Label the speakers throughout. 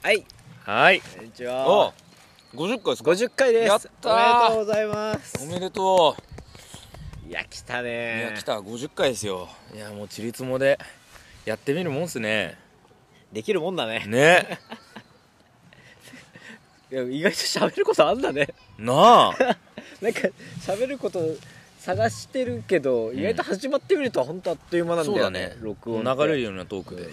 Speaker 1: はい。
Speaker 2: はい。
Speaker 1: こんにちは。
Speaker 2: お、50回ですか。
Speaker 1: 50回です。
Speaker 2: やったー。
Speaker 1: おめでとうございます。
Speaker 2: おめでと
Speaker 1: いや、来たね
Speaker 2: う。
Speaker 1: ー。
Speaker 2: いや、来た。50回ですよ。いや、もうちりつもでやってみるもんっすね。
Speaker 1: できるもんだね。
Speaker 2: ね。
Speaker 1: いや、意外と喋ることあんだね。
Speaker 2: なあ。
Speaker 1: なんか喋ること探してるけど、意外と始まってみると本当あっという間なんだよね。
Speaker 2: そうだね。
Speaker 1: 録音って
Speaker 2: 流れるようなトークで。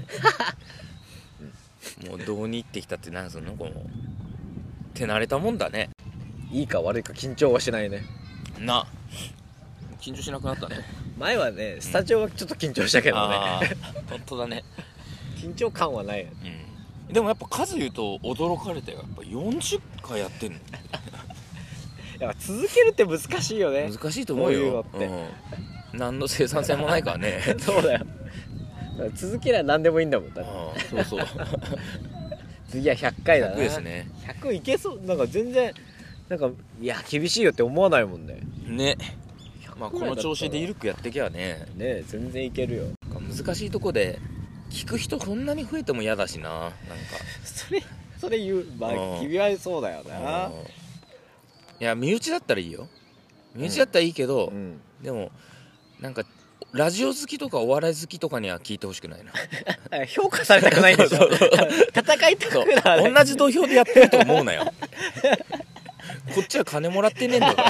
Speaker 2: もうどうに行ってきたってなんすのこの手慣れたもんだね。
Speaker 1: いいか悪いか緊張はしないね。
Speaker 2: な。緊張しなくなったね。
Speaker 1: 前はね、スタジオはちょっと緊張したけどね。
Speaker 2: 本当だね。
Speaker 1: 緊張感はない。
Speaker 2: でもやっぱ数言うと驚かれたよ。やっぱ40回やってんの。
Speaker 1: やっぱ続けるって難しいよね。
Speaker 2: 難しいと思うよ。
Speaker 1: こういうのって、
Speaker 2: 何の生産性もないからね。
Speaker 1: そうだよ。続けりゃ何でもいいんだもん。だって
Speaker 2: そうそう。
Speaker 1: 次は100回だな。
Speaker 2: 100ですね。
Speaker 1: 100いけそう。なんか全然なんかいや厳しいよって思わないもんね。
Speaker 2: ね。まあこの調子で緩くやってきゃね。
Speaker 1: ね、全然いけるよ。
Speaker 2: 難しいとこで聞く人そんなに増えても嫌だしな。なんか
Speaker 1: それ言う。まあ君はそうだよな。
Speaker 2: いや身内だったらいいよ。身内だったらいいけど、でもなんかラジオ好きとかお笑い好きとかには聞いてほしくないな。
Speaker 1: 評価されたくないんでしょ。戦いたくない。
Speaker 2: 同じ土俵でやってると思うなよ。こっちは金もらってねえんだから。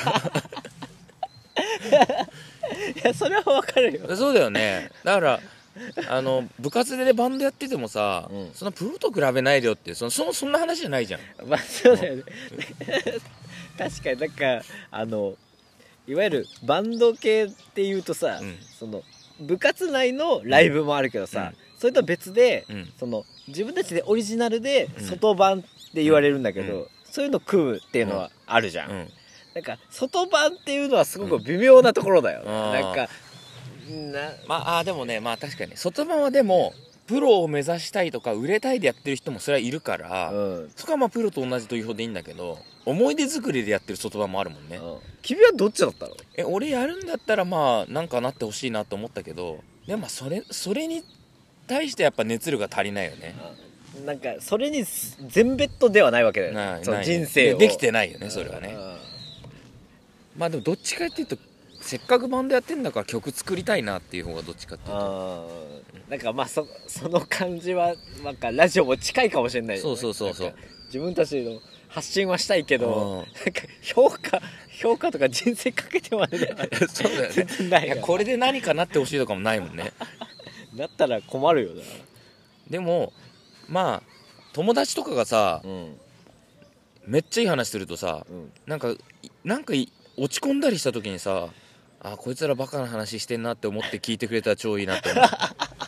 Speaker 1: いやそれはわかるよ。
Speaker 2: そうだよね。だから部活でバンドやっててもさ、そのプロと比べないでよってそんな話じゃないじゃん。
Speaker 1: まあそうだよね。確かになんかいわゆるバンド系っていうとさ、その部活内のライブもあるけどさ、それとは別で、その自分たちでオリジナルで外版って言われるんだけど、そういうの組むっていうのはあるじゃん。なんか外版っていうのはすごく微妙なところだよ。なんか
Speaker 2: まあでもね、まあ確かに外版はでもプロを目指したいとか売れたいでやってる人もそれはいるから、そこはまあプロと同じ土俵でいいんだけど、思い出作りでやってる外版もあるもんね。
Speaker 1: 君はどっちだったの？
Speaker 2: 俺やるんだったらまあなんかなってほしいなと思ったけど、でもそれに対してやっぱ熱量が足りないよね。
Speaker 1: なんかそれに全ベッドではないわけだよね。その人生を
Speaker 2: できてないよね、それはね。まあでもどっちかっていうとせっかくバンドやってんだから曲作りたいなっていう方がどっちかっていうと、
Speaker 1: なんかまあその感じはなんかラジオも近いかもしれない、ね、
Speaker 2: そう
Speaker 1: 自分たちの発信はしたいけど、なんか評価とか人生かけてまででは
Speaker 2: そうだよね。
Speaker 1: 全然ない。
Speaker 2: いやこれで何かなってほしいとかもないもんね。
Speaker 1: だったら困るよな。
Speaker 2: でもまあ友達とかがさ、めっちゃいい話するとさ、なんか落ち込んだりした時にさ、あこいつらバカな話してんなって思って聞いてくれたら超いいなって思う。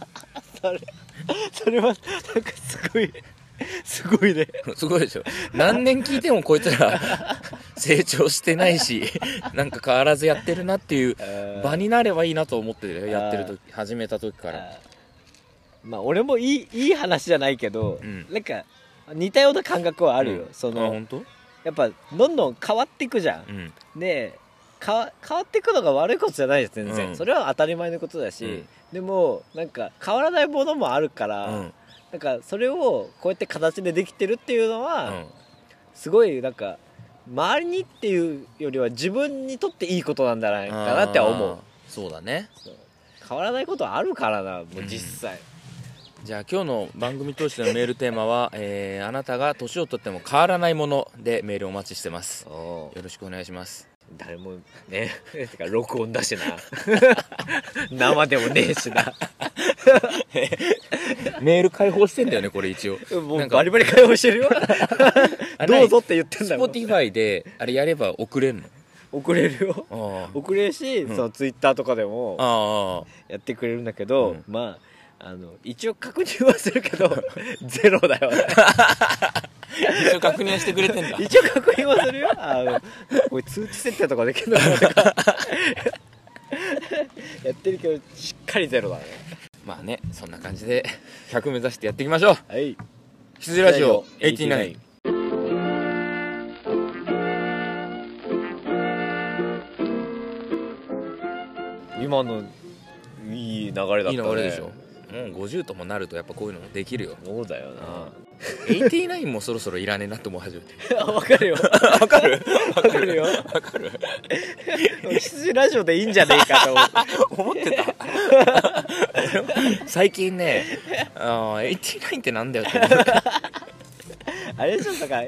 Speaker 1: それはなんかすごいね。
Speaker 2: すごいでしょ。何年聞いてもこいつら成長してないし、なんか変わらずやってるなっていう場になればいいなと思ってやってる時、始めた時から。
Speaker 1: まあ俺もいい話じゃないけど、なんか似たような感覚はあるよ。その
Speaker 2: 本当？
Speaker 1: やっぱどんどん変わっていくじゃん。で変わっていくのが悪いことじゃないです全然、それは当たり前のことだし、でもなんか変わらないものもあるから、なんかそれをこうやって形でできてるっていうのは、すごいなんか周りにっていうよりは自分にとっていいことなんじゃないかなって思う。
Speaker 2: そうだね。
Speaker 1: 変わらないことはあるからな、もう実際。
Speaker 2: じゃあ今日の番組通してのメールテーマは、あなたが年を取っても変わらないものでメールお待ちしてます。よろしくお願いします。
Speaker 1: 誰もねてか録音だしな。生でもねえしな。
Speaker 2: メール開放してんだよねこれ一応。
Speaker 1: もうバリバリ開放してるよ。どうぞって言ってんだもん。
Speaker 2: Spotify であれやれば送れるの？
Speaker 1: 送れるよ。送れるし、その Twitter とかでもやってくれるんだけど、まあ一応確認はするけどゼロだよね。
Speaker 2: 一応確認はしてくれてんだ。
Speaker 1: 一応確認はするよ。これ通知設定とかできるのかなとかやってるけどしっかりゼロだね。
Speaker 2: まあね、そんな感じで100目指してやっていきましょう。
Speaker 1: はい。
Speaker 2: 羊ラジオ89。
Speaker 1: 今のいい流れだったね。
Speaker 2: いい流れでしょ。もう50ともなるとやっぱこういうのもできるよ。
Speaker 1: そうだよな。
Speaker 2: 89もそろそろいらねえなって思い始めて
Speaker 1: わかるよ
Speaker 2: わかる
Speaker 1: わかるよ
Speaker 2: わかる
Speaker 1: 羊ラジオでいいんじゃねえかと
Speaker 2: 思ってた最近ね89ってなんだよって思って
Speaker 1: あれでしょ、だから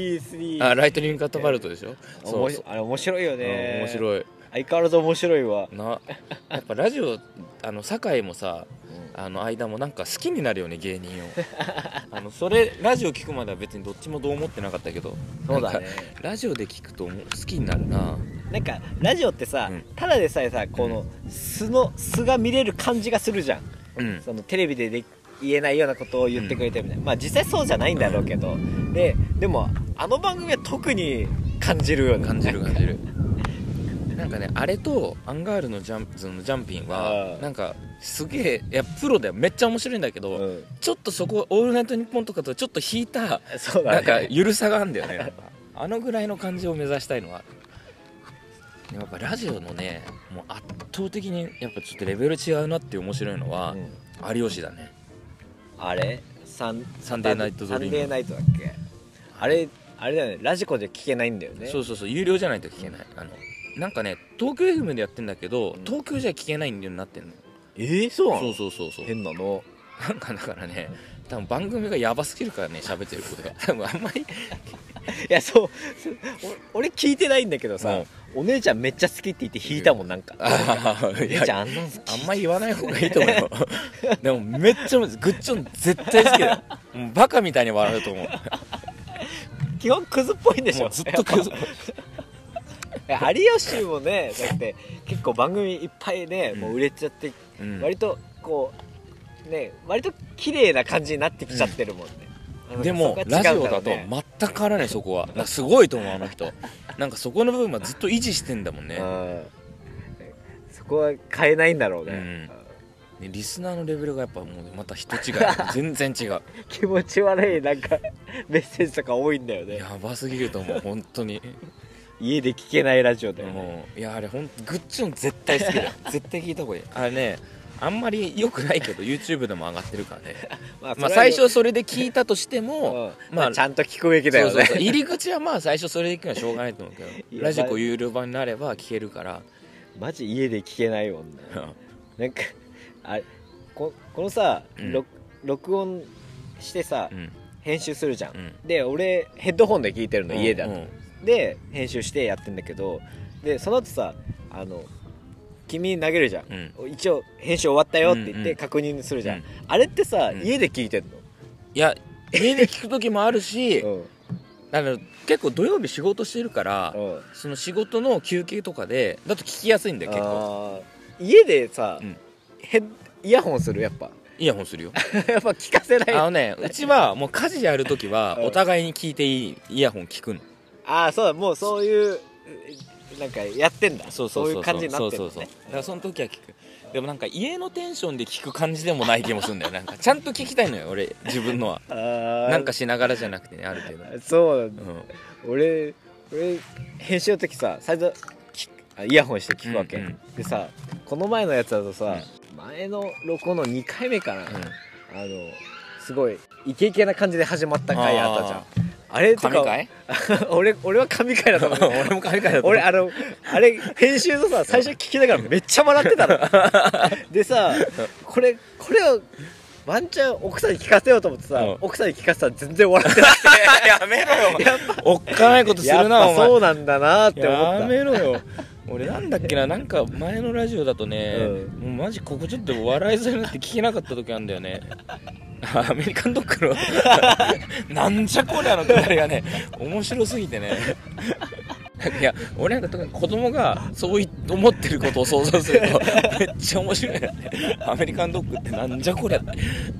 Speaker 1: 83
Speaker 2: ライトニングカットバルトでしょ。そうそう、
Speaker 1: あれ面白いよね。
Speaker 2: 面白い。
Speaker 1: 相変わらず面白いわ
Speaker 2: な。やっぱラジオ酒井もさ、間もなんか好きになるよね、芸人をそれラジオ聞くまでは別にどっちもどう思ってなかったけど、
Speaker 1: そうだね、
Speaker 2: ラジオで聞くと好きになるな。
Speaker 1: なんかラジオってさ、ただでさえさこの素が見れる感じがするじゃん、そのテレビで言えないようなことを言ってくれてるみたいな、まあ実際そうじゃないんだろうけど、でもあの番組は特に感じるよね。
Speaker 2: 感じるなんかね、あれとアンガールのジャンピンはなんかすげえ、いやプロでめっちゃ面白いんだけど、ちょっとそこオールナイトニッポンとかとちょっと引いた、
Speaker 1: そうだね、
Speaker 2: なんかゆるさがあるんだよね。あのぐらいの感じを目指したいのはやっぱラジオのね、もう圧倒的にやっぱちょっとレベル違うなっていう面白いのは、有吉だね。
Speaker 1: あれサン
Speaker 2: デーナイトドリーム、
Speaker 1: サンデーナイトだっけ、あれだよね、ラジコで聞けないんだよね。
Speaker 2: そう有料じゃないと聞けない。なんかね、東京 FM でやってんだけど、東京じゃ聞けないんだようになってんの。
Speaker 1: そうなの？
Speaker 2: そう
Speaker 1: 変なの。
Speaker 2: なんかだからね、多分番組がヤバすぎるからね、喋ってることが多分あんまり
Speaker 1: いや俺聞いてないんだけどさ、お姉ちゃんめっちゃ好きって言って弾いたもん、なんかお姉ちゃんあんなん好き、
Speaker 2: あんまり言わない方がいいと思うよでもめっちゃグッチョン絶対好きだよ。もうバカみたいに笑うと思う。
Speaker 1: 基本クズっぽいんでしょ。
Speaker 2: もうずっとクズ
Speaker 1: 有吉もね、だって結構番組いっぱいね、もう売れちゃって、割とこうね、割と綺麗な感じになってきちゃってるもんね、
Speaker 2: でもラジオだと全く変わらない。そこはなんかすごいと思う、あの人。なんかそこの部分はずっと維持してんだもんね。
Speaker 1: そこは変えないんだろうね、
Speaker 2: リスナーのレベルがやっぱもうまた人違い全然違う
Speaker 1: 気持ち悪いなんかメッセージとか多いんだよね。
Speaker 2: やばすぎると思う、本当に。
Speaker 1: 家で聞けないラジオだよね。
Speaker 2: いやあれグッチョン絶対好きだよ絶対聞いた方がいい。あれね、あんまり良くないけど YouTube でも上がってるからねまあ最初それで聞いたとしても
Speaker 1: まあちゃんと聞くべきだよね。
Speaker 2: 入り口はまあ最初それで聞くのはしょうがないと思うけどラジコ有料版になれば聞けるから。
Speaker 1: マジ家で聞けないもんねなんかあれこのさ、録音してさ、編集するじゃん、で俺ヘッドホンで聞いてるの、家だと、で編集してやってんだけど、でその後さ君に投げるじゃん、一応編集終わったよって言って確認するじゃん、あれってさ、家で聞いてんの？
Speaker 2: いや家で聞く時もあるし、だから結構土曜日仕事してるから、その仕事の休憩とかでだと聞きやすいんだよ結構。
Speaker 1: 家でさ、イヤホンする？やっぱ
Speaker 2: イヤホンするよ
Speaker 1: やっぱ聞かせない。
Speaker 2: うちはもう家事やるときはお互いに聞いていいイヤホン聞くの。
Speaker 1: そうだ、もうそういうなんかやってんだ。そういう感じになってるのね。
Speaker 2: だからその時は聞く。でもなんか家のテンションで聞く感じでもない気もするんだよ。なんかちゃんと聞きたいのよ俺、自分のは。なんかしながらじゃなくてね、ある程度。
Speaker 1: そうなんだ、俺編集の時さ、最初イヤホンして聞くわけ、でさ、この前のやつだとさ、前の録音の2回目かな、すごいイケイケな感じで始まった回あったじゃん。あれとか俺は神回だと思う
Speaker 2: 俺も神回だと思う。
Speaker 1: 俺あれ編集のさ最初聞きながらめっちゃ笑ってたのでさ、これをワンチャン奥さんに聞かせようと思ってさ、奥さんに聞かせたら全然笑ってなくて
Speaker 2: やめろよおっかないことするな。
Speaker 1: やっぱそうなんだなって思った。
Speaker 2: やめろよ俺なんだっけな、なんか前のラジオだとね、もうマジここちょっと笑いそうになって聞けなかった時あるんだよねアメリカンドッグのなんじゃこりゃのくだりがね面白すぎてねいや俺なんか特に子供がそう思ってることを想像するとめっちゃ面白いよね。アメリカンドッグってなんじゃこりゃって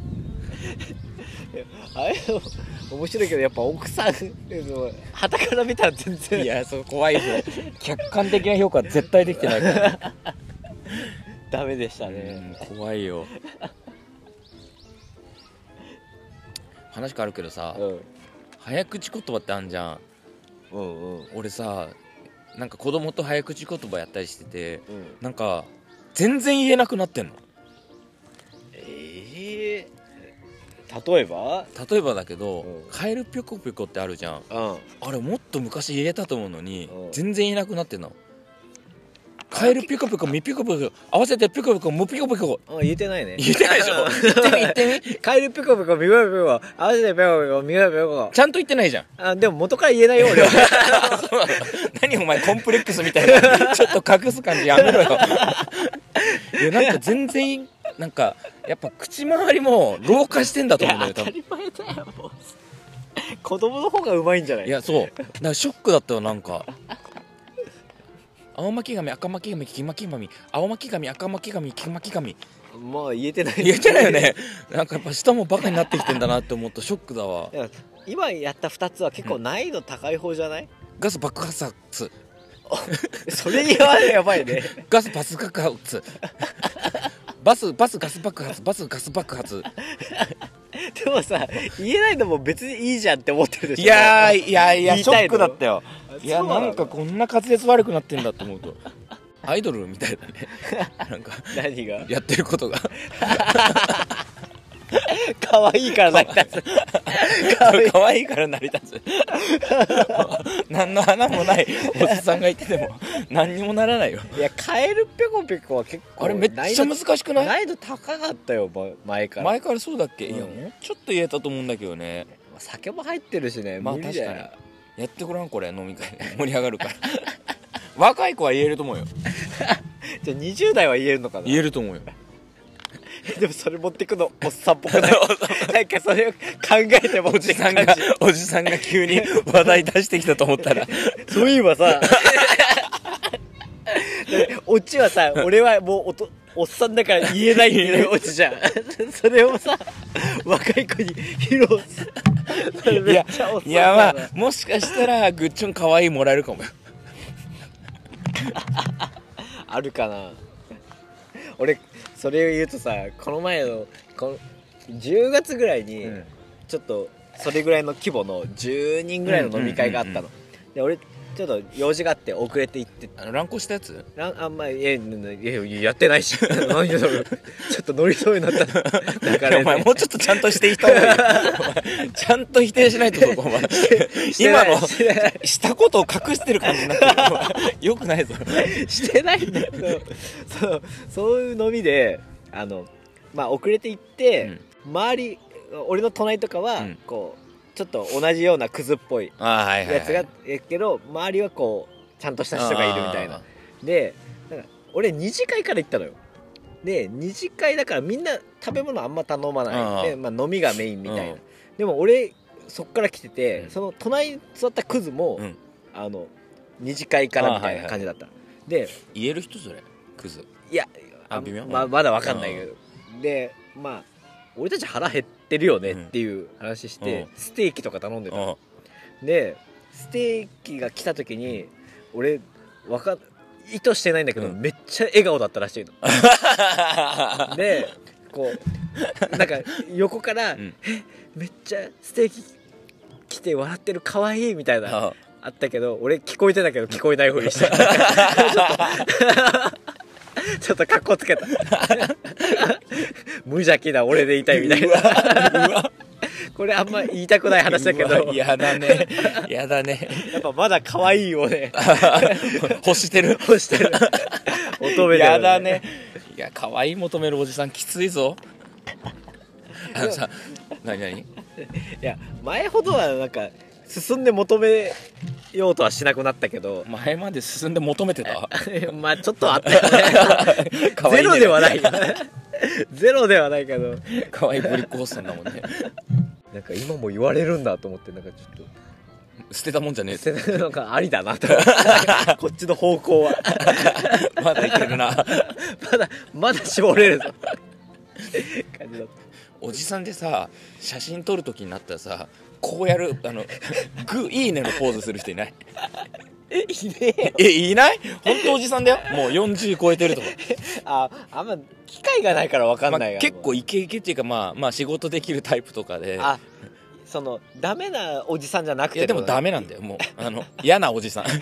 Speaker 1: あれ面白いけど、やっぱ奥さん傍から見たら全然
Speaker 2: いやそう怖いですよ客観的な評価は絶対できてないから
Speaker 1: ダメでしたね。
Speaker 2: 怖いよ。話変わるけどさ、早口言葉ってあんじゃん。俺さ、なんか子供と早口言葉やったりしてて、なんか全然言えなくなってんの。
Speaker 1: 例えば
Speaker 2: だけど、カエルぴょこぴょこってあるじゃん、あれもっと昔言えたと思うのに、全然いなくなってんの。カエルピコピコミピコピコ合わせてピコピコムピコピコ。
Speaker 1: 言えてないね。
Speaker 2: 言えてないでしょ。言ってみ
Speaker 1: カエルピコピコミピコピコ合わせてピコピコミピコピコ。
Speaker 2: ちゃんと言ってないじゃん。
Speaker 1: でも元から言えないよ俺は。
Speaker 2: 何お前コンプレックスみたいなちょっと隠す感じやめろよ。いやなんか全然なんかやっぱ口周りも老化してんだと思うんだよ。
Speaker 1: 当たり前だよもう。子供の方がうまいんじゃない。
Speaker 2: いやそうだからショックだったよ。なんか青巻紙赤巻紙黄巻紙青巻紙赤巻紙黄巻紙。
Speaker 1: まあ言えてない。
Speaker 2: 言えてないよね。なんかやっぱ舌もバカになってきてんだなって思うとショックだわ。
Speaker 1: 今やった2つは結構難易度高い方じゃない？
Speaker 2: ガス爆発
Speaker 1: それ言われやばいね。
Speaker 2: ガスバス爆発バスガス爆発バスガス爆発。
Speaker 1: でもさ言えないのも別にいいじゃんって思ってるでしょ。
Speaker 2: いやショックだったよ。いやなんかこんな滑舌悪くなってんだと思うとアイドルみたいだね。なんか
Speaker 1: 何が
Speaker 2: やってることが
Speaker 1: 可愛いから成り立つ。
Speaker 2: 可愛いから成り立つ。何の花もないおじさんがいてても何にもならないよ。
Speaker 1: いやカエルぴょこぴょこは結構
Speaker 2: あれめっちゃ難しくない？
Speaker 1: 難易度高かったよ前から。
Speaker 2: 前からそうだっけ？いやもうちょっと言えたと思うんだけどね。
Speaker 1: 酒も入ってるしね。
Speaker 2: まあ
Speaker 1: 無理だよ。
Speaker 2: 確かにやってごらんこれ飲み会盛り上がるから。若い子は言えると思うよ。
Speaker 1: じゃあ20代は言えるのかな。
Speaker 2: 言えると思うよ。
Speaker 1: でもそれ持ってくのおっさんっぽくない？なんかそれを考えて持ってく感じ。
Speaker 2: おじさんが急に話題出してきたと思ったら
Speaker 1: そういえばさオチはさ俺はもうおっさんだから言えないっていうオチじゃん。それをさ若い子に披露する。
Speaker 2: いやまあもしかしたらグッチョン可愛いもらえるかもよ。
Speaker 1: あるかな。俺それを言うとさこの前の10月ぐらいにちょっとそれぐらいの規模の10人ぐらいの飲み会があったの。で俺ちょっと用事があって遅れて行って。
Speaker 2: 乱行したやつ？
Speaker 1: あんまりやってないし。何だろう。ちょっと乗りそうになった。だから、
Speaker 2: お前もうちょっとちゃんとしていった方がいい。ちゃんと否定しないとそこお前。今のしたことを隠してる感じになってる。よくないぞ。
Speaker 1: してないんだけど、そういう飲みでまあ遅れて行って、周り俺の隣とかはこう。ちょっと同じようなクズっぽいやつがけど周りはこうちゃんとした人がいるみたいな。でなんか俺二次会から行ったのよ。で二次会だからみんな食べ物あんま頼まないで、まあ、飲みがメインみたいな。でも俺そっから来ててその隣に座ったクズも二次会からみたいな感じだった。で
Speaker 2: 言える人それクズ？い
Speaker 1: や
Speaker 2: 微妙、
Speaker 1: まだ分かんないけど。でまあ俺たち腹減ってるよねっていう話して、ステーキとか頼んでた。でステーキが来た時に俺意図してないんだけど、めっちゃ笑顔だったらしいの。でこうなんか横からめっちゃステーキ来て笑ってる可愛いみたいなあったけど俺聞こえてたけど聞こえないふりしてちょっとカッコつけた。無邪気な俺で言いたいみたいな。これあんま言いたくない話だけど。
Speaker 2: やだねやだね。
Speaker 1: やっぱまだ可愛いをね
Speaker 2: 欲してる
Speaker 1: 求めてる、
Speaker 2: やだね。いや可愛い求めるおじさんきついぞ。さ何い
Speaker 1: や前ほどはなんか進んで求めようとはしなくなったけど
Speaker 2: 前まで進んで求めてた。
Speaker 1: まあちょっとあったよね。ゼロではないゼロではないけど
Speaker 2: 可愛いぶりっ子おっさんだもんね。
Speaker 1: なんか今も言われるんだと思ってなんかちょっ
Speaker 2: と捨てたもんじゃねえ。
Speaker 1: 捨てたのがありだなとこっちの方向は
Speaker 2: まだいけるな。
Speaker 1: まだ絞れるぞ感じだった。
Speaker 2: おじさんでさ写真撮る時になったらさこうやるいいねのポーズする人いない？
Speaker 1: いね
Speaker 2: え。いない？本当おじさんだよ。もう40超えてるとか。
Speaker 1: あんま機会がないから分かんないが、
Speaker 2: 結構イケイケっていうかまあ仕事できるタイプとかで
Speaker 1: そのダメなおじさんじゃなくて。
Speaker 2: いやでもダメなんだよもう嫌なおじさん。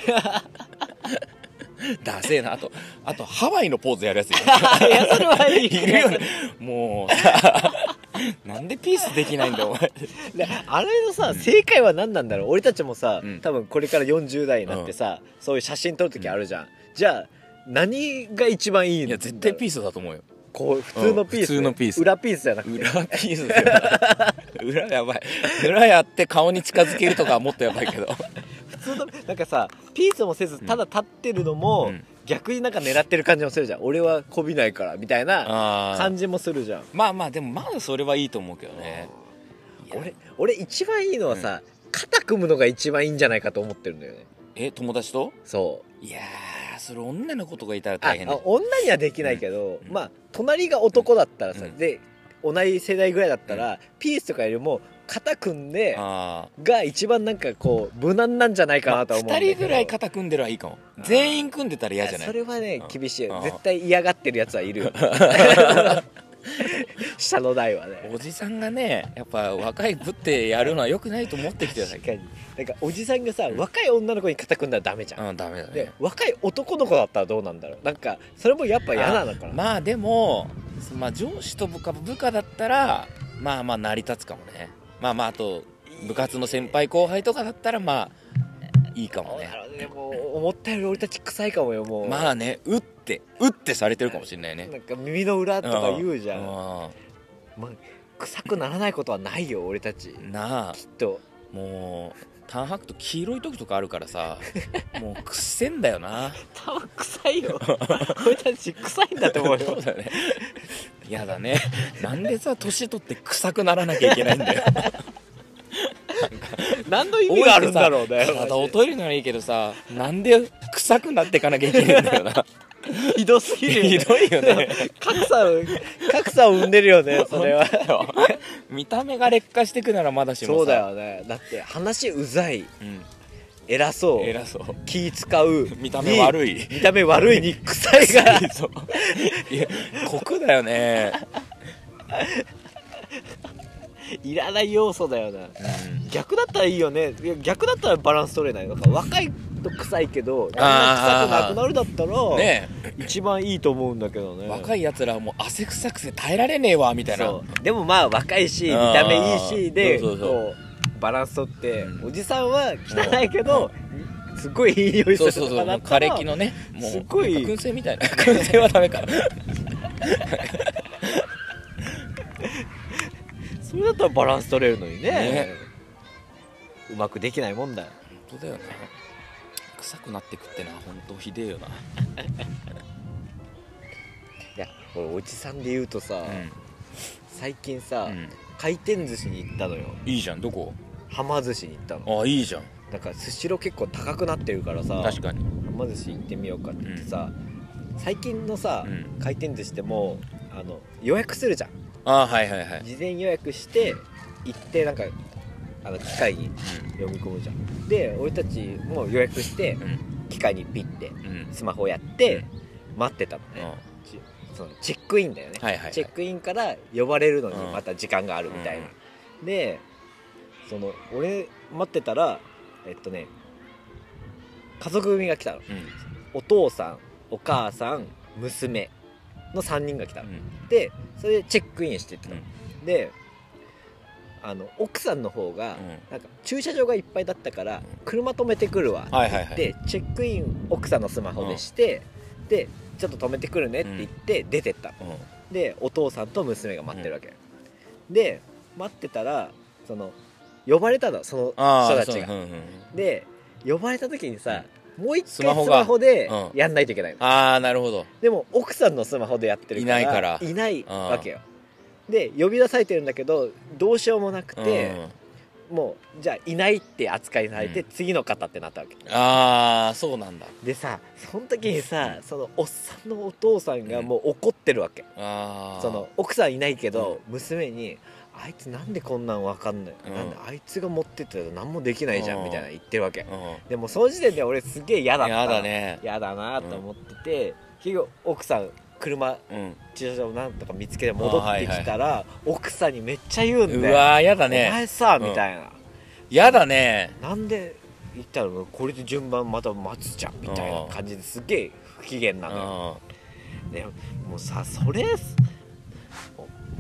Speaker 2: ダセえな。あとハワイのポーズやるやついる。
Speaker 1: いやそれはいい
Speaker 2: るよね。もうなんでピースできないんだお前
Speaker 1: であれのさ正解は何なんだろう。俺たちもさ、
Speaker 2: うん、
Speaker 1: 多分これから40代になってさ、そういう写真撮る時あるじゃん、じゃあ何が一番いいんだろう。
Speaker 2: いや絶対ピースだと思うよ。
Speaker 1: こう普通のピース、
Speaker 2: 普通のピース、
Speaker 1: 裏ピースじゃなくて
Speaker 2: 裏ピースだよ裏やばい。裏やって顔に近づけるとかはもっとやばいけど
Speaker 1: 普通のなんかさピースもせずただ立ってるのも、逆になんか狙ってる感じもするじゃん。俺はこびないからみたいな感じもするじゃん。
Speaker 2: まあまあでもまだそれはいいと思うけどね。
Speaker 1: 俺一番いいのはさ、肩組むのが一番いいんじゃないかと思ってるんだよね。
Speaker 2: 友達と？
Speaker 1: そう
Speaker 2: いやーそれ女の子とかいたら大変だ。
Speaker 1: 女にはできないけど、まあ隣が男だったらさ、で同じ世代ぐらいだったら、ピースとかよりも肩組んでが一番なんかこう無難なんじゃないかなと思うんだけど、
Speaker 2: 2人ぐらい肩組んでるはいいかも。全員組んでたら嫌じゃない？
Speaker 1: それはね厳しいよ。絶対嫌がってるやつはいるよ下の代はね。
Speaker 2: おじさんがねやっぱ若いぶってやるのはよくないと思ってきてる。
Speaker 1: 確かになんかおじさんがさ、若い女の子に肩組んだらダメじゃん。
Speaker 2: ダメだね。
Speaker 1: で若い男の子だったらどうなんだろう。なんかそれもやっぱ嫌なのかな。
Speaker 2: まあでも上司と部下だったらまあ成り立つかもね。まああと部活の先輩後輩とかだったらまあいいかもね。
Speaker 1: でも思ったより俺たち臭いかもよ。もう
Speaker 2: まあねうってされてるかもしれないね。
Speaker 1: なんか耳の裏とか言うじゃん。
Speaker 2: ま
Speaker 1: あ臭くならないことはないよ俺たち
Speaker 2: なあ。
Speaker 1: きっと
Speaker 2: もうタン吐くと黄色い時とかあるからさもうくっせんだよな。
Speaker 1: 多分臭いよ俺たち臭いんだと思うよ。
Speaker 2: そうだね。やだね。なんでさ年取って臭くならなきゃいけないんだよ
Speaker 1: 何の意味があるんだろうね。
Speaker 2: 体おトイレならいいけどさ、なんで臭くなっていかなきゃいけないんだよな
Speaker 1: ひどすぎるよね。
Speaker 2: ひどいよね。
Speaker 1: 格差を生んでるよねそれは
Speaker 2: 見た目が劣化してくならまだしもさ。
Speaker 1: そうだよね。だって話うざい、偉そう気使う、
Speaker 2: 見た目悪い
Speaker 1: に臭いが
Speaker 2: そういや酷だよね
Speaker 1: いらない要素だよな、逆だったらいいよね。いや逆だったらバランス取れない。なんか若いと臭いけどだんだん臭くなくなるだったら、ね、一番いいと思うんだけどね。
Speaker 2: 若いやつらはもう汗臭くて耐えられねえわみたいな。
Speaker 1: でもまあ若いし見た目いいしでこうバランス取って、おじさんは汚いけどすごいいい匂いするとかだったら、
Speaker 2: 枯れ木のねもう
Speaker 1: すごい
Speaker 2: 燻製みたいな燻製はダメか
Speaker 1: それだったらバランス取れるのにね。うまくできないもんだよ。
Speaker 2: 本当だよな。臭くなってくってな本当ひでえよな。い
Speaker 1: や俺おじさんで言うとさ、最近さ、回転寿司に行ったのよ。
Speaker 2: いいじゃん。どこ？
Speaker 1: はま寿司に行ったの。
Speaker 2: いいじゃん。
Speaker 1: だからスシロー結構高くなってるからさ、
Speaker 2: 確かに
Speaker 1: はま寿司行ってみようかって言ってさ、最近のさ、回転寿司ってもう予約するじゃん。
Speaker 2: はいはいはい。
Speaker 1: 事前予約して行ってなんか機械に読み込むじゃん。で俺たちも予約して機械にピッてスマホやって待ってたのね。そのチェックインだよね、チェックインから呼ばれるのにまた時間があるみたいな、で俺待ってたら家族組が来たの、お父さんお母さん娘の3人が来たの、でそれでチェックインしてったの、で奥さんの方がなんか駐車場がいっぱいだったから車止めてくるわって言ってチェックイン奥さんのスマホでして、でちょっと止めてくるねって言って出てった、でお父さんと娘が待ってるわけ、で待ってたら呼ばれたのその人たちが、で呼ばれた時にさ、もう一回スマホでやんないといけないの。
Speaker 2: なるほど。
Speaker 1: でも奥さんのスマホでやってるからいないわけよ。で呼び出されてるんだけどどうしようもなくて、もうじゃあいないって扱いされて、次の方ってなったわけ。
Speaker 2: そうなんだ。
Speaker 1: でさその時にさ、そのおっさんのお父さんがもう怒ってるわけ、奥さんいないけど、娘にあいつなんでこんなん分かんない、なんであいつが持ってったら何もできないじゃんみたいな言ってるわけ、でもその時点で俺すげえ嫌だった。嫌だなと思ってて、結局奥さん車、駐車場をなんとか見つけて戻ってきたら、奥さんにめっちゃ言うんだよ。
Speaker 2: やだね。
Speaker 1: お前さみたいな。
Speaker 2: やだね。
Speaker 1: なんで言ったらこれで順番また待つじゃんみたいな感じですげえ不機嫌なのよ。でもうさそれ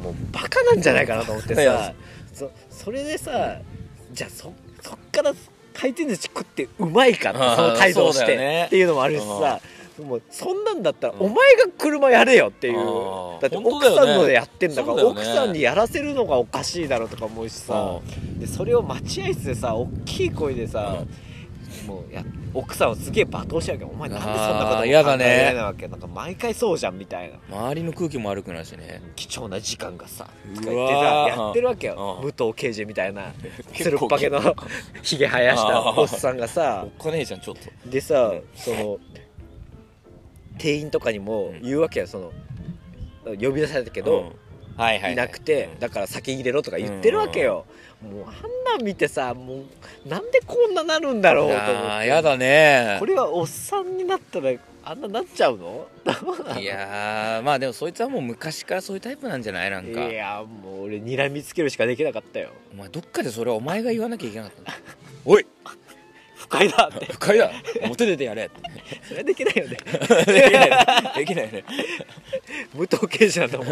Speaker 1: もうバカなんじゃないかなと思って
Speaker 2: いや
Speaker 1: さそれでさじゃあそっから回転寿司食ってうまいかってその態度をして、ね、っていうのもあるしさもうそんなんだったらお前が車やれよっていう、だって奥さんのでやってんだから、奥さんにやらせるのがおかしいだろうとか思うしさ、でそれを待合室でさ大きい声でさ、もう奥さんをすげえ罵倒しちゃうけど、お前なんでそんなことも考えられないわけ、なんか毎回そうじゃんみたいな、
Speaker 2: 周りの空気も悪くなるしね、
Speaker 1: 貴重な時間がさとか言ってさやってるわけよ、武藤刑事みたいなつるっぱげのひげ生やしたおっさんがさ、
Speaker 2: おっかねえじゃんちょっと
Speaker 1: でさ、その店員とかにも言うわけよ、その呼び出されたけど、いなくて、だから先入れろとか言ってるわけよ、もうあんなん見てさ、もうなんでこんななるんだろうと思って、
Speaker 2: やだね、
Speaker 1: これはおっさんになったらあんななっちゃうの
Speaker 2: いやまあでもそいつはもう昔からそういうタイプなんじゃない、なんか
Speaker 1: いやもう俺睨みつけるしかできなかったよ。
Speaker 2: お前どっかでそれはお前が言わなきゃいけなかったんだおい
Speaker 1: 不快だって
Speaker 2: 不快だ表出てやれって
Speaker 1: それはできないよね
Speaker 2: できないよね
Speaker 1: 武藤刑事なんだもんい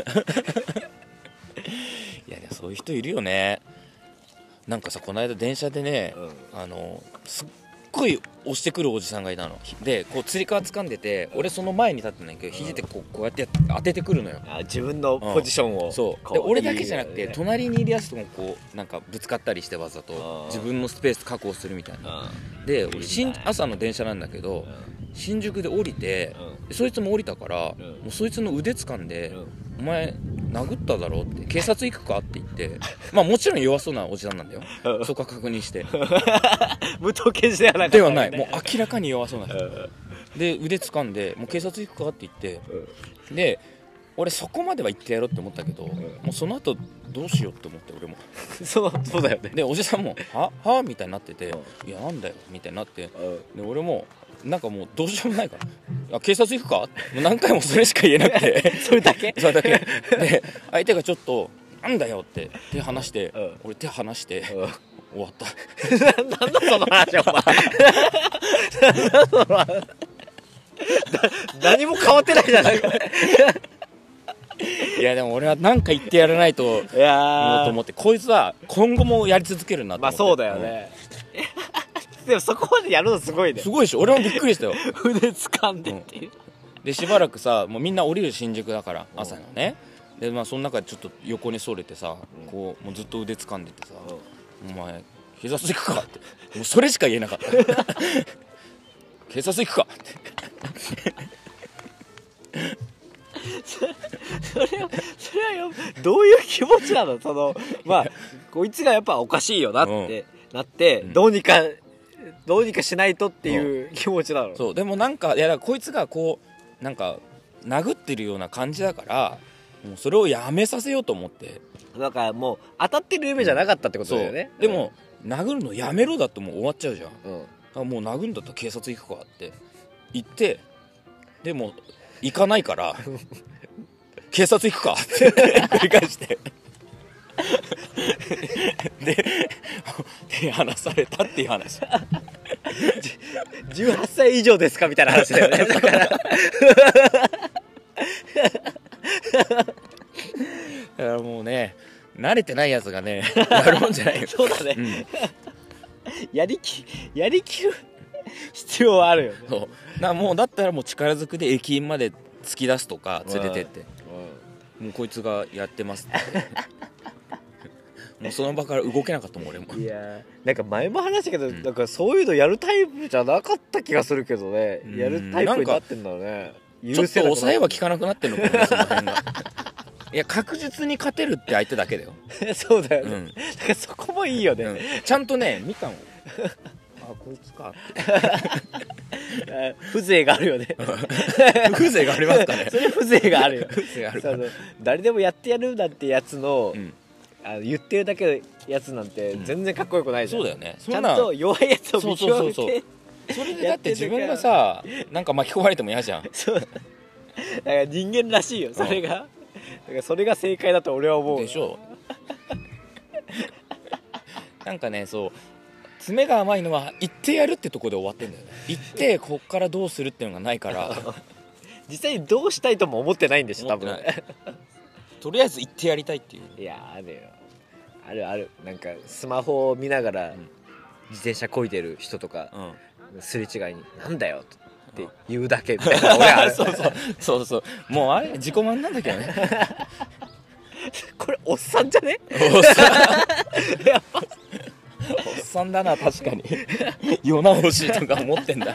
Speaker 2: やそういう人いるよね。なんかさこの間電車でね、すっごい押してくるおじさんがいたので、こうつり革掴んでて、俺その前に立ってないけど肘でこうやって当ててくるのよ、
Speaker 1: 自分のポジションを、
Speaker 2: そうで俺だけじゃなくて隣にいるやつともこうなんかぶつかったりして、わざと自分のスペース確保するみたいなで、俺朝の電車なんだけど、新宿で降りて、そいつも降りたから、もうそいつの腕掴んで、お前殴っただろって警察行くかって言ってまあもちろん弱そうなおじさんなんだよ、そこは確認して
Speaker 1: 武藤刑事ではなかった、ね、
Speaker 2: ではない、もう明らかに弱そうな人で腕掴んで、もう警察行くかって言って、で俺そこまでは行ってやろうって思ったけど、もうその後どうしようって思って、俺も
Speaker 1: そうだよね。
Speaker 2: でおじさんもはみたいになってて、いやなんだよみたいになって、で俺もなんかもうどうしようもないから警察行くかもう何回もそれしか言えなくて
Speaker 1: それだけ
Speaker 2: で相手がちょっとなんだよって手離して、俺手離して、終わった
Speaker 1: なんだその話お前何も変わってないじゃないか
Speaker 2: いやでも俺は何か言ってやらないと思って、こいつは今後もやり続けるなと思って。
Speaker 1: まあそうだよね、でもそこまでやるのすごいね。
Speaker 2: すごいでしょ、俺もびっくりしたよ
Speaker 1: 腕掴んでっていう、で
Speaker 2: しばらくさ、もうみんな降りる新宿だから朝のね、でまあその中でちょっと横にそれてさ、こうもうずっと腕掴んでてさ、お前警察行くかってもうそれしか言えなかった警察行くかって
Speaker 1: それはどういう気持ちなの、そのまあこいつがやっぱおかしいよなってなって、どうにかしないとっていう気持ちなの。
Speaker 2: そうでもなんかいやだからこいつがこうなんか殴ってるような感じだから、もうそれをやめさせようと思って、
Speaker 1: だからもう当たってる夢じゃなかったってことだよね。
Speaker 2: でも殴るのやめろだともう終わっちゃうじゃん、だからもう殴るんだったら警察行くかって言って、でも行かないから警察行くかって繰り返してで話されたっていう話
Speaker 1: 18歳以上ですかみたいな話だよねだ
Speaker 2: からもうね、慣れてないやつがねやるもんじゃないよ
Speaker 1: そうだね、やりきる必要はあるよね。
Speaker 2: そうもうだったらもう力ずくで駅員まで突き出すとか連れてって、もうこいつがやってますってもうその場から動けなかったもん俺も。
Speaker 1: いやなんか前も話したけど、なんかそういうのやるタイプじゃなかった気がするけどね、やるタイプになってんだろうね。
Speaker 2: ちょっと抑えは効かなくなってんのかもねその辺がいや確実に勝てるって相手だけだよ
Speaker 1: そうだよね、だからそこもいいよね、
Speaker 2: ちゃんとね見たもんあこいつか
Speaker 1: って風情があるよね
Speaker 2: 風情がありますかね
Speaker 1: それ風情があるよ
Speaker 2: 風情あるから
Speaker 1: 誰でもやってやるなんてやつの、言ってるだけのやつなんて全然かっこよくないじゃん、
Speaker 2: そうだよね。
Speaker 1: ちゃんと弱いやつを見極めて
Speaker 2: それでだって自分がさなんか巻き込まれても嫌じゃん
Speaker 1: そうだから人間らしいよそれが、だからそれが正解だと俺は思う
Speaker 2: でしょなんかね、そう詰めが甘いのは言ってやるってとこで終わってんだよね。言ってこっからどうするっていうのがないから
Speaker 1: 実際にどうしたいとも思ってないんでしょ多分
Speaker 2: とりあえず行ってやりたいっていう。
Speaker 1: いやあるよ、あるある。なんかスマホを見ながら自転車こいでる人とか、すれ違いになんだよって言うだけみたいな俺ある
Speaker 2: そうもうあれ自己満なんだけどね
Speaker 1: これおっさんじゃね
Speaker 2: おっさんおっさんだな、確かに世直しとか思ってんだ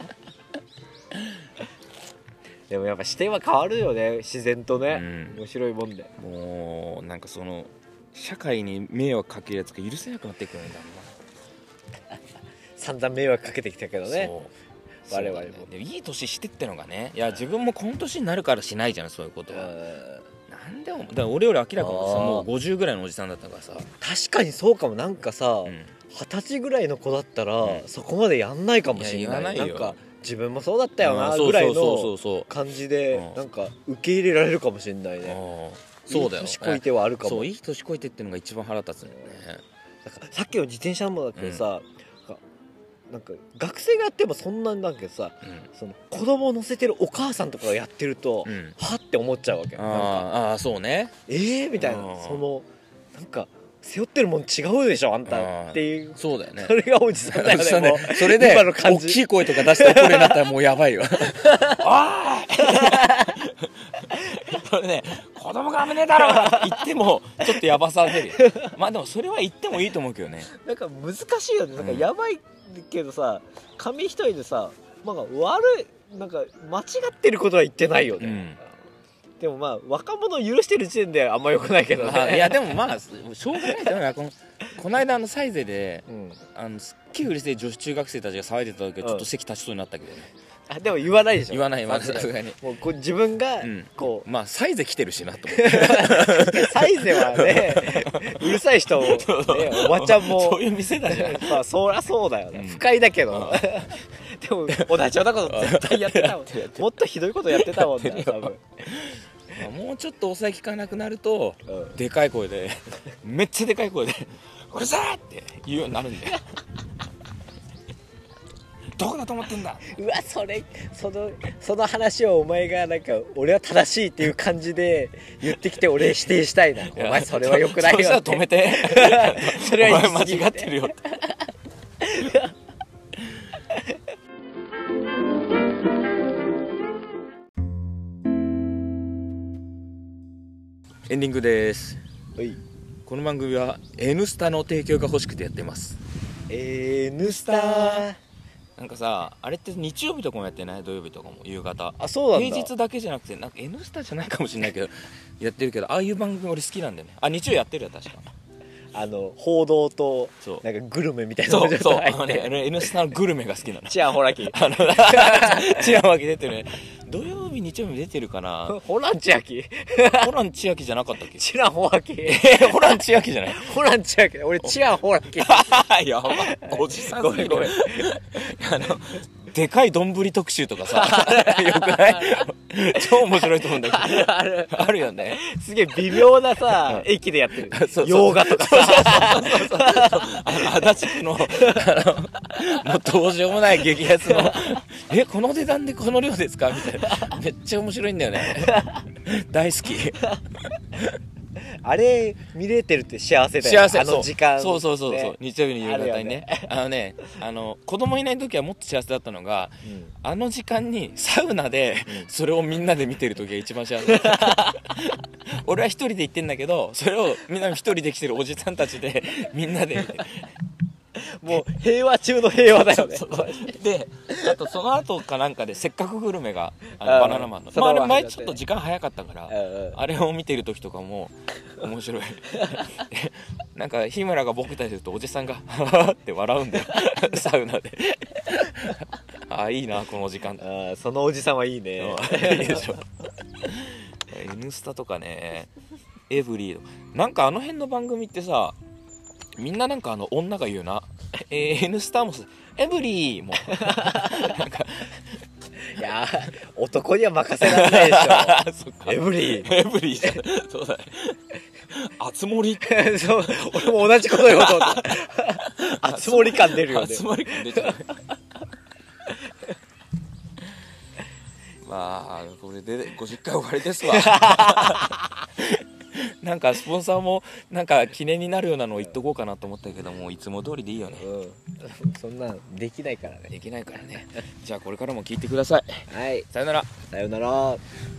Speaker 1: でもやっぱ視点は変わるよね、自然とね、面白いもんで。
Speaker 2: もうなんかその社会に迷惑かけるやつが許せなくなってくるんだもんな
Speaker 1: 散々迷惑かけてきたけどね、我々も。
Speaker 2: でいい年してってのがね、いや自分もこの年になるからしないじゃん、そういうことは。なんでもだから俺より明らかにさもう50ぐらいのおじさんだったからさ。
Speaker 1: 確かにそうかも。なんかさ、20歳ぐらいの子だったら、そこまでやんないかもしれない。なんか自分もそうだったよなぐらいの感じでなんか受け入れられるかもしれないね。
Speaker 2: そうだよ、
Speaker 1: いい年こいてはあるかも。
Speaker 2: そう、いい年こいてっていうのが一番腹立つんだよね。
Speaker 1: さっきの自転車もだけどさ、なんか学生がやってもそんなんだけどさ、その子供を乗せてるお母さんとかがやってると、はって思っちゃうわけ。
Speaker 2: ああそうね、
Speaker 1: みたいな、そのなんか背負ってるもん違うでしょあんたっていう。
Speaker 2: そうだよね、
Speaker 1: それがおじさんだよね。
Speaker 2: それで大きい声とか出して怒るようになったらもうやばいよおいそれね、子供が危ねえだろって言ってもちょっとやばさ出るよまあでもそれは言ってもいいと思うけどね。
Speaker 1: なんか難しいよね。なんかやばいけどさ、紙一重でさ、なんか悪い、なんか間違ってることは言ってないよね、でもまあ若者を許してる時点であんま良くないけどね。
Speaker 2: いやでもまあしょうがないと思うよ。この間サイゼで、すっげえうるせえ女子中学生たちが騒いでた時はちょっと席立ちそうになったけどね。
Speaker 1: でも言わないでしょ。
Speaker 2: 言わないさすがに。
Speaker 1: もうこう自分がこう、
Speaker 2: まあサイゼ来てるしなと思って
Speaker 1: サイゼはねうるさい人も、ね、おばちゃんも
Speaker 2: そういう店だじゃん
Speaker 1: まあそりゃそうだよね、不快だけどでも同じようなこと絶対やってたもんもっとひどいことやってたもんね多分。
Speaker 2: もうちょっと抑えきかなくなると、でかい声でめっちゃでかい声でうるさいって言うようになるんだよどこだと思ってんだ。
Speaker 1: うわ、その話をお前がなんか俺は正しいっていう感じで言ってきて俺否定したいな。お前それは良くないよって。
Speaker 2: そしたら止めて
Speaker 1: それは
Speaker 2: お前間違ってるよってエンディングです。この番組は N スタの提供が欲しくてやってます。
Speaker 1: N スタ
Speaker 2: なんかさ、あれって日曜日とかもやってない？土曜日とかも夕方。
Speaker 1: あ、そうなんだ。
Speaker 2: 平日だけじゃなくて、なんか N スタじゃないかもしれないけどやってるけど、ああいう番組俺好きなんだよね。あ、日曜やってるよ確か。
Speaker 1: 報道となんかグルメみたいなのが
Speaker 2: そう、N スタのグルメが好きなの。
Speaker 1: チアンホラキ
Speaker 2: チアンホラキ出てるね。土曜日日曜日出てるかな。
Speaker 1: ホラン千秋
Speaker 2: ホラン千秋じゃなかったっけ。
Speaker 1: チランホラキ
Speaker 2: ホラン千秋じゃない。
Speaker 1: ホラン千秋俺チアンホラキ
Speaker 2: やばおじさんすぎる。ごめんでかい丼特集とかさよくない超面白いと思うんだけどあるよね。
Speaker 1: すげえ微妙なさ駅でやってる洋画とかさ
Speaker 2: 足立区のもうどうしようもない激安のこの値段でこの量ですかみたいな。めっちゃ面白いんだよね大好き
Speaker 1: あれ見れてるって幸せだよ。
Speaker 2: 幸せ。
Speaker 1: 時間
Speaker 2: そう日曜日の夕方にね。子供いない時はもっと幸せだったのが、あの時間にサウナでそれをみんなで見てる時が一番幸せ俺は一人で行ってんだけど、それをみんな一人で来てるおじさんたちでみんなで見て
Speaker 1: もう平和中の平和だよね。
Speaker 2: で、あとその後かなんかでせっかくグルメがバナナマンの、あれ前ちょっと時間早かったから、あれを見てる時とかも面白いなんか日村が僕たちするとおじさんがハハって笑うんだよサウナでいいなこの時間。
Speaker 1: そのおじさんはいいね
Speaker 2: いいでしょN スタとかね、エブリーなんかあの辺の番組ってさ、みんななんか女が言うなN スタもエブリーもなんか
Speaker 1: いや男には任せられないでしょエブリ
Speaker 2: ーじゃんそうだねあつ森
Speaker 1: そう俺も同じこと言おうと思ったあつ森感出るよね。
Speaker 2: あつ森感出ちゃうまあこれで50回終わりですわなんかスポンサーもなんか記念になるようなのを言っとこうかなと思ったけども、いつも通りでいいよね。
Speaker 1: そんなんできないからね。
Speaker 2: できないからね。じゃあこれからも聞いてください。
Speaker 1: はい、
Speaker 2: さよなら。
Speaker 1: さよなら。